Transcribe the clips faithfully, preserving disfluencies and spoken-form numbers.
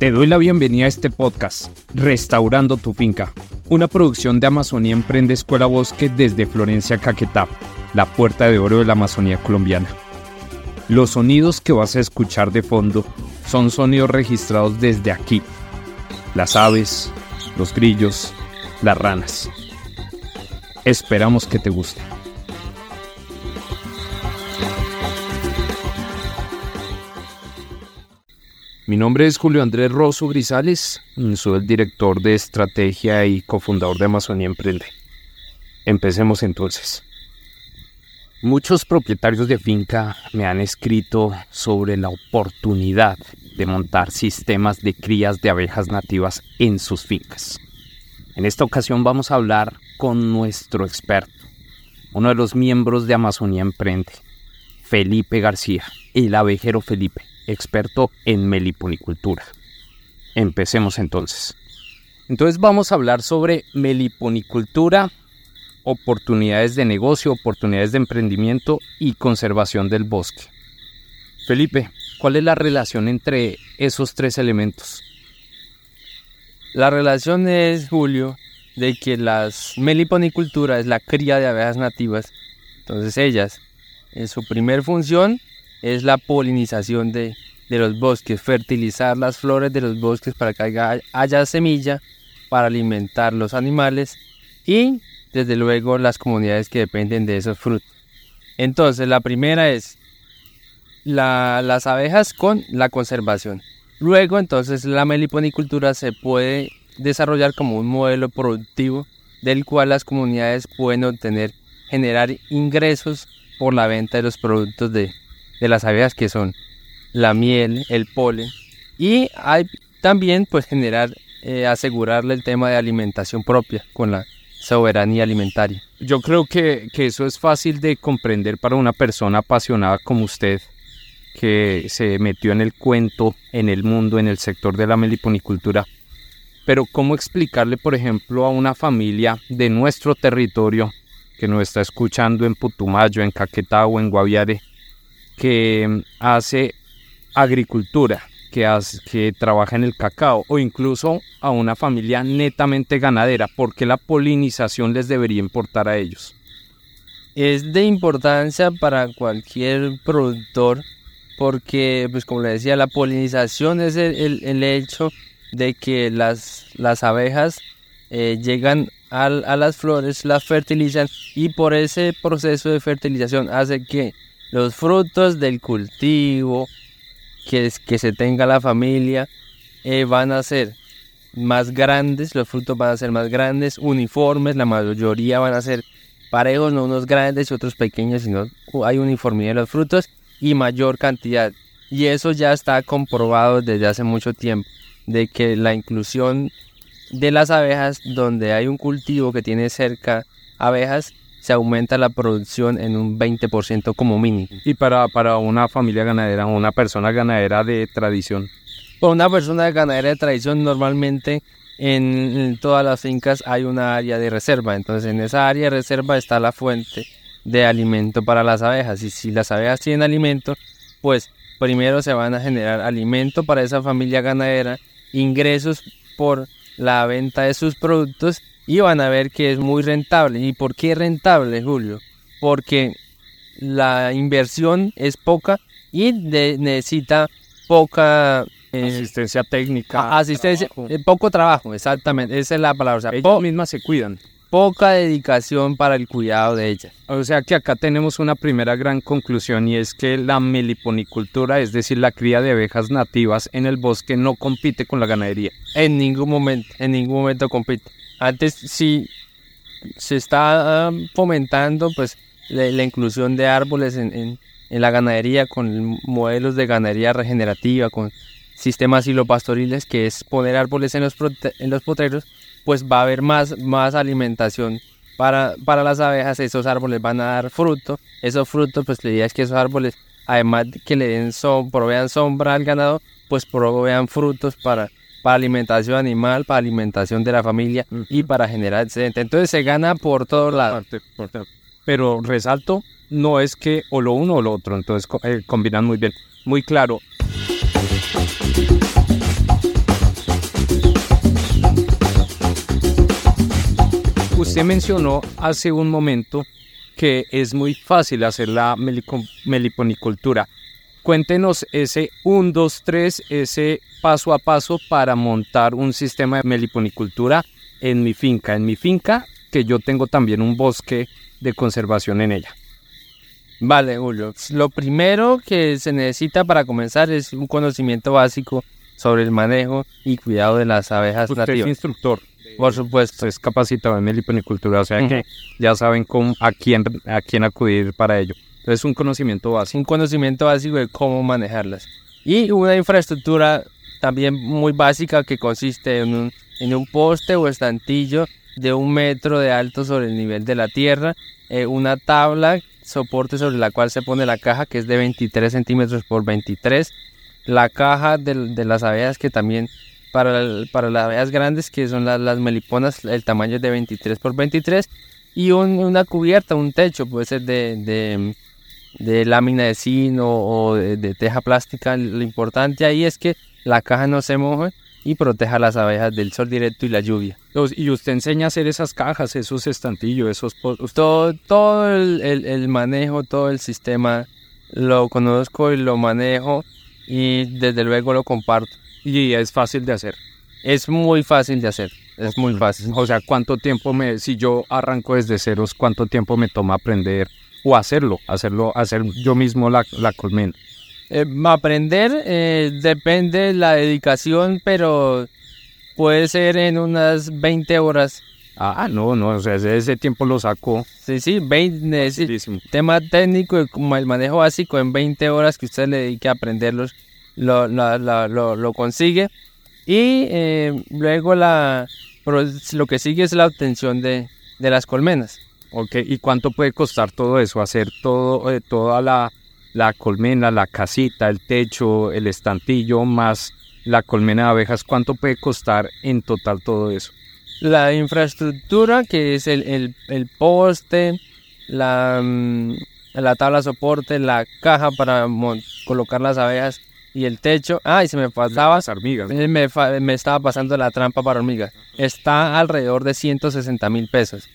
Te doy la bienvenida a este podcast, Restaurando tu Finca, una producción de Amazonía Emprende Escuela Bosque desde Florencia, Caquetá, la puerta de oro de la Amazonía colombiana. Los sonidos que vas a escuchar de fondo son sonidos registrados desde aquí. Las aves, los grillos, las ranas. Esperamos que te guste. Mi nombre es Julio Andrés Rosso Grisales, soy el director de estrategia y cofundador de Amazonía Emprende. Empecemos entonces. Muchos propietarios de finca me han escrito sobre la oportunidad de montar sistemas de crías de abejas nativas en sus fincas. En esta ocasión vamos a hablar con nuestro experto, uno de los miembros de Amazonía Emprende, Felipe García, el abejero Felipe, experto en meliponicultura. Empecemos entonces. Entonces vamos a hablar sobre meliponicultura, oportunidades de negocio, oportunidades de emprendimiento y conservación del bosque. Felipe, ¿cuál es la relación entre esos tres elementos? La relación es, Julio, de que las meliponicultura es la cría de abejas nativas. Entonces ellas, en su primer función, es la polinización de, de los bosques, fertilizar las flores de los bosques para que haya, haya semilla para alimentar los animales y desde luego las comunidades que dependen de esos frutos. Entonces la primera es la, las abejas con la conservación. Luego entonces la meliponicultura se puede desarrollar como un modelo productivo del cual las comunidades pueden obtener, generar ingresos por la venta de los productos de de las abejas, que son la miel, el polen, y hay también pues generar, eh, asegurarle el tema de alimentación propia con la soberanía alimentaria. Yo creo que, que eso es fácil de comprender para una persona apasionada como usted, que se metió en el cuento, en el mundo, en el sector de la meliponicultura. Pero ¿cómo explicarle, por ejemplo, a una familia de nuestro territorio que nos está escuchando en Putumayo, en Caquetá o en Guaviare, que hace agricultura, que, hace, que trabaja en el cacao, o incluso a una familia netamente ganadera? ¿Por qué la polinización les debería importar a ellos? Es de importancia para cualquier productor porque, pues como le decía, la polinización es el, el, el hecho de que las, las abejas eh, llegan a, a las flores, las fertilizan, y por ese proceso de fertilización hace que los frutos del cultivo que, que se tenga la familia eh, van a ser más grandes, los frutos van a ser más grandes, uniformes, la mayoría van a ser parejos, no unos grandes y otros pequeños, sino hay uniformidad en los frutos y mayor cantidad. Y eso ya está comprobado desde hace mucho tiempo, de que la inclusión de las abejas, donde hay un cultivo que tiene cerca abejas, se aumenta la producción en un veinte por ciento como mínimo. Y para, para una familia ganadera, una persona ganadera de tradición. Para una persona ganadera de tradición, normalmente en, en todas las fincas hay una área de reserva. Entonces en esa área de reserva está la fuente de alimento para las abejas. Y si las abejas tienen alimento, pues primero se van a generar alimento para esa familia ganadera, ingresos por la venta de sus productos, y van a ver que es muy rentable. ¿Y por qué rentable, Julio? Porque la inversión es poca y de, necesita poca eh, asistencia técnica, asistencia, trabajo. Eh, poco trabajo, exactamente, esa es la palabra. O sea, ellas po- mismas se cuidan. Poca dedicación para el cuidado de ellas. O sea que acá tenemos una primera gran conclusión, y es que la meliponicultura, es decir, la cría de abejas nativas en el bosque, no compite con la ganadería. En ningún momento, en ningún momento compite. Antes sí se está um, fomentando pues la, la inclusión de árboles en, en, en la ganadería, con modelos de ganadería regenerativa, con sistemas silopastoriles, que es poner árboles en los, prote- en los potreros. Pues va a haber más, más alimentación para, para las abejas. Esos árboles van a dar fruto. Esos frutos, pues la idea es que esos árboles, además de que le den som- provean sombra al ganado, pues provean frutos para, para alimentación animal, para alimentación de la familia y para generar excedente. Entonces se gana por todos lados. Pero resalto, no es que o lo uno o lo otro, entonces eh, combinan muy bien. Muy claro. usted mencionó hace un momento que es muy fácil hacer la melico- meliponicultura. Cuéntenos ese uno, dos, tres, ese paso a paso para montar un sistema de meliponicultura en mi finca. En mi finca, que yo tengo también un bosque de conservación en ella. Vale, Julio. Lo primero que se necesita para comenzar es un conocimiento básico sobre el manejo y cuidado de las abejas Usted nativas. es instructor. Por supuesto. Usted es capacitado en meliponicultura, o sea Ujú. que ya saben cómo, a, quién, a quién acudir para ello. Entonces, un conocimiento básico. Un conocimiento básico de cómo manejarlas. Y una infraestructura también muy básica que consiste en un, en un poste o estantillo de un metro de alto sobre el nivel de la tierra, eh, una tabla, soporte sobre la cual se pone la caja, que es de veintitrés centímetros por veintitrés, la caja de, de las abejas, que también para, para las abejas grandes, que son las, las meliponas, el tamaño es de veintitrés por veintitrés, y un, una cubierta, un techo, puede ser de, de, de lámina de zinc o, o de, de teja plástica. Lo importante ahí es que la caja no se moje y proteja a las abejas del sol directo y la lluvia. Entonces, y usted enseña a hacer esas cajas, esos estantillos, esos... po- usted- Todo, todo el, el, el manejo, todo el sistema lo conozco y lo manejo, y desde luego lo comparto. Y es fácil de hacer. Es muy fácil de hacer, es muy fácil. O sea, ¿cuánto tiempo me... Si yo arranco desde ceros, ¿cuánto tiempo me toma aprender o hacerlo? Hacerlo, hacer yo mismo la, la colmena. Eh, aprender eh, depende de la dedicación, pero puede ser en unas veinte horas. Ah, no, no, o sea, ese, ese tiempo lo saco. Sí, sí, veinte, sí, Facilísimo. tema técnico y como el manejo básico, en veinte horas que usted le dedique a aprenderlos, lo, lo, lo, lo, lo consigue. Y eh, luego la, pro- lo que sigue es la obtención de, de las colmenas. Ok, ¿y cuánto puede costar todo eso? Hacer todo, eh, toda la, la colmena, la casita, el techo, el estantillo, más la colmena de abejas, ¿cuánto puede costar en total todo eso? La infraestructura, que es el, el, el poste, la, mm, la tabla soporte, la caja para mon- colocar las abejas y el techo. Ah, y se me pasaba, Las hormigas. eh, me, fa- me estaba pasando la trampa para hormigas. Está alrededor de ciento sesenta mil pesos.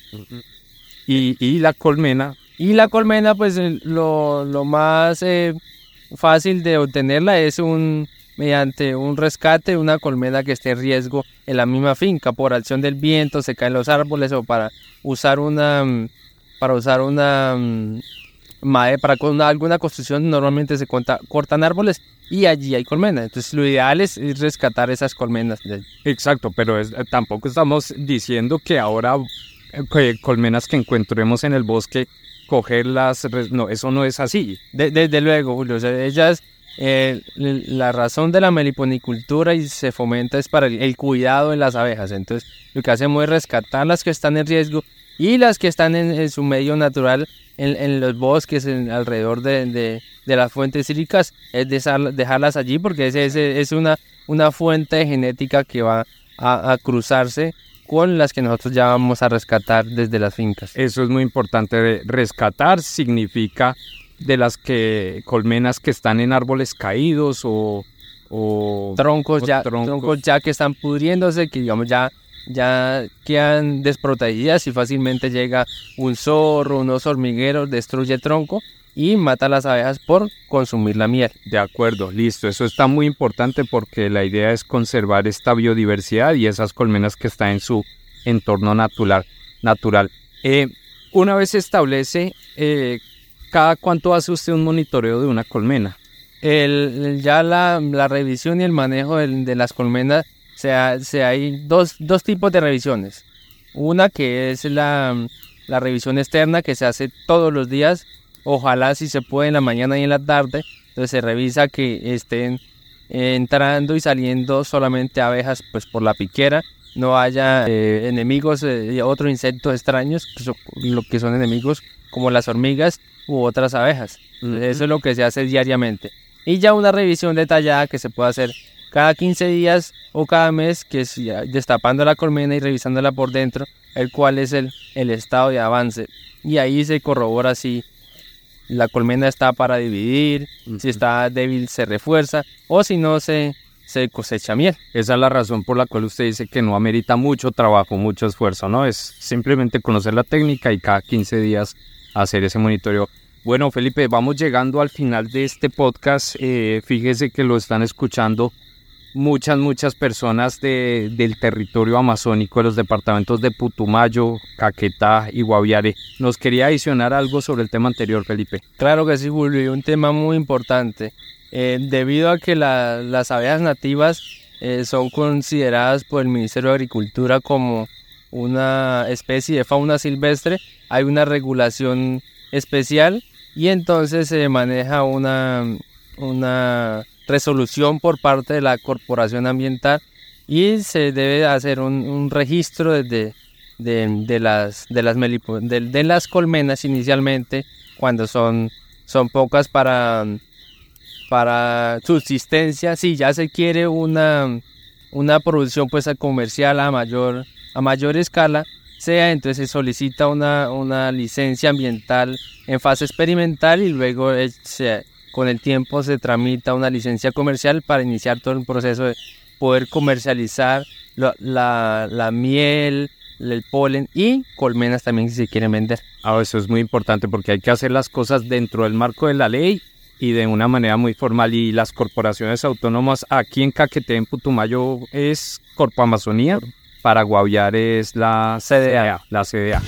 Y, y la colmena, Y la colmena, pues el- lo, lo más eh, fácil de obtenerla es un mediante un rescate, una colmena que esté en riesgo en la misma finca por acción del viento, se caen los árboles, o para usar una mm, para usar una mm, mae- para con una- alguna construcción normalmente se conta- cortan árboles y allí hay colmenas. Entonces lo ideal es, es rescatar esas colmenas. de- exacto, pero es- tampoco estamos diciendo que ahora eh, que colmenas que encontremos en el bosque, cogerlas, res- no, eso no es así. de- desde luego, Julio, o sea, ellas, eh, l- la razón de la meliponicultura y se fomenta es para el, el cuidado de las abejas. Entonces lo que hacemos es rescatar las que están en riesgo y las que están en, en su medio natural, en, en los bosques, en, alrededor de, de, de las fuentes hídricas, es dejar- dejarlas allí, porque ese, ese es una, una fuente genética que va a, a cruzarse con las que nosotros ya vamos a rescatar desde las fincas. Eso es muy importante. Rescatar significa de las que colmenas que están en árboles caídos o, o Troncos o ya, troncos. troncos ya que están pudriéndose, que digamos ya, ya quedan desprotegidas y fácilmente llega un zorro, unos hormigueros, destruye el tronco y mata a las abejas por consumir la miel. De acuerdo, listo. Eso está muy importante porque la idea es conservar esta biodiversidad y esas colmenas que están en su entorno natural. natural. Eh, una vez se establece, eh, ¿cada cuánto hace usted un monitoreo de una colmena? El, el- ya la, la revisión y el manejo del- de, las colmenas, se, ha- se hay dos, dos tipos de revisiones. Una que es la, la revisión externa, que se hace todos los días, ojalá si se puede en la mañana y en la tarde. Entonces se revisa que estén entrando y saliendo solamente abejas, pues por la piquera, no haya eh, enemigos, eh, otros insectos extraños, que son, lo que son enemigos como las hormigas u otras abejas. Entonces, eso es lo que se hace diariamente. Y ya una revisión detallada que se puede hacer cada quince días o cada mes, que es ya destapando la colmena y revisándola por dentro, el cual es el, el estado de avance. Y ahí se corrobora si la colmena está para dividir, si está débil se refuerza, o si no se, se cosecha miel. Esa es la razón por la cual usted dice que no amerita mucho trabajo, mucho esfuerzo, ¿no? Es simplemente conocer la técnica y cada quince días hacer ese monitoreo. Bueno, Felipe, vamos llegando al final de este podcast. Eh, fíjese que lo están escuchando muchas, muchas personas de, del territorio amazónico, de los departamentos de Putumayo, Caquetá y Guaviare. ¿Nos quería adicionar algo sobre el tema anterior, Felipe? Claro que sí, Julio, y un tema muy importante. Eh, debido a que la, las abejas nativas eh, son consideradas por el Ministerio de Agricultura como una especie de fauna silvestre, hay una regulación especial y entonces se maneja una, una resolución por parte de la Corporación Ambiental y se debe hacer un, un registro de, de, de, las, de, las melipo, de, de las colmenas inicialmente, cuando son, son pocas para... para subsistencia. Si ya se quiere una, una producción pues comercial a mayor, a mayor escala, sea entonces se solicita una, una licencia ambiental en fase experimental y luego se, con el tiempo se tramita una licencia comercial para iniciar todo el proceso de poder comercializar la, la, la miel, el polen y colmenas también si se quieren vender. Ah, eso es muy importante porque hay que hacer las cosas dentro del marco de la ley y de una manera muy formal. Y las corporaciones autónomas aquí en Caquetá, en Putumayo, es Corpo Amazonía, para Guaviare es la C D A, la C D A.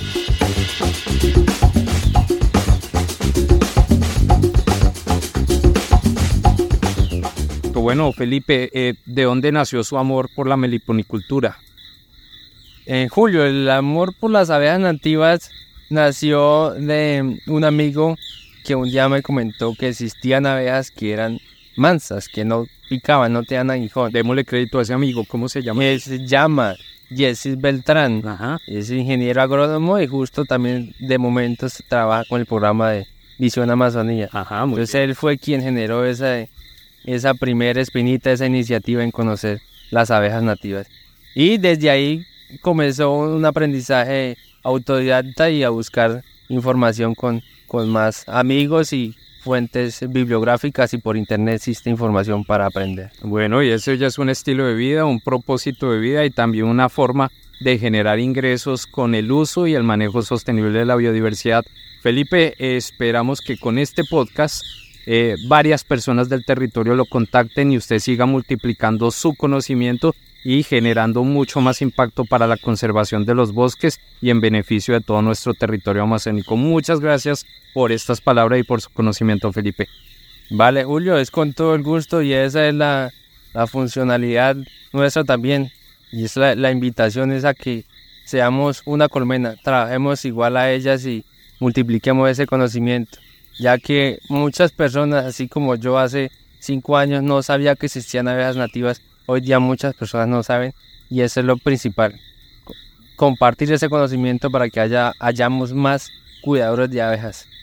Bueno, Felipe, eh, ¿de dónde nació su amor por la meliponicultura? En Julio, el amor por las abejas nativas nació de un amigo que un día me comentó que existían abejas que eran mansas, que no picaban, no tenían aguijón. Démosle crédito a ese amigo, ¿cómo se llama? Él se llama Jesse Beltrán. Ajá. Es ingeniero agrónomo y justo también de momentos trabaja con el programa de Visión Amazonía. Ajá, muy Entonces bien. Él fue quien generó esa, esa primera espinita, esa iniciativa en conocer las abejas nativas. Y desde ahí comenzó un aprendizaje autodidacta y a buscar información con con más amigos y fuentes bibliográficas y por internet existe información para aprender. Bueno, y eso ya es un estilo de vida, un propósito de vida y también una forma de generar ingresos con el uso y el manejo sostenible de la biodiversidad. Felipe, eh, esperamos que con este podcast eh, varias personas del territorio lo contacten y usted siga multiplicando su conocimiento y generando mucho más impacto para la conservación de los bosques y en beneficio de todo nuestro territorio amazónico. Muchas gracias por estas palabras y por su conocimiento, Felipe. Vale, Julio, es con todo el gusto y esa es la, la funcionalidad nuestra también. Y es la, la invitación es a que seamos una colmena, trabajemos igual a ellas y multipliquemos ese conocimiento. Ya que muchas personas, así como yo hace cinco años no sabía que existían abejas nativas, hoy día muchas personas no saben y eso es lo principal. Compartir ese conocimiento para que haya, hayamos más cuidadores de abejas.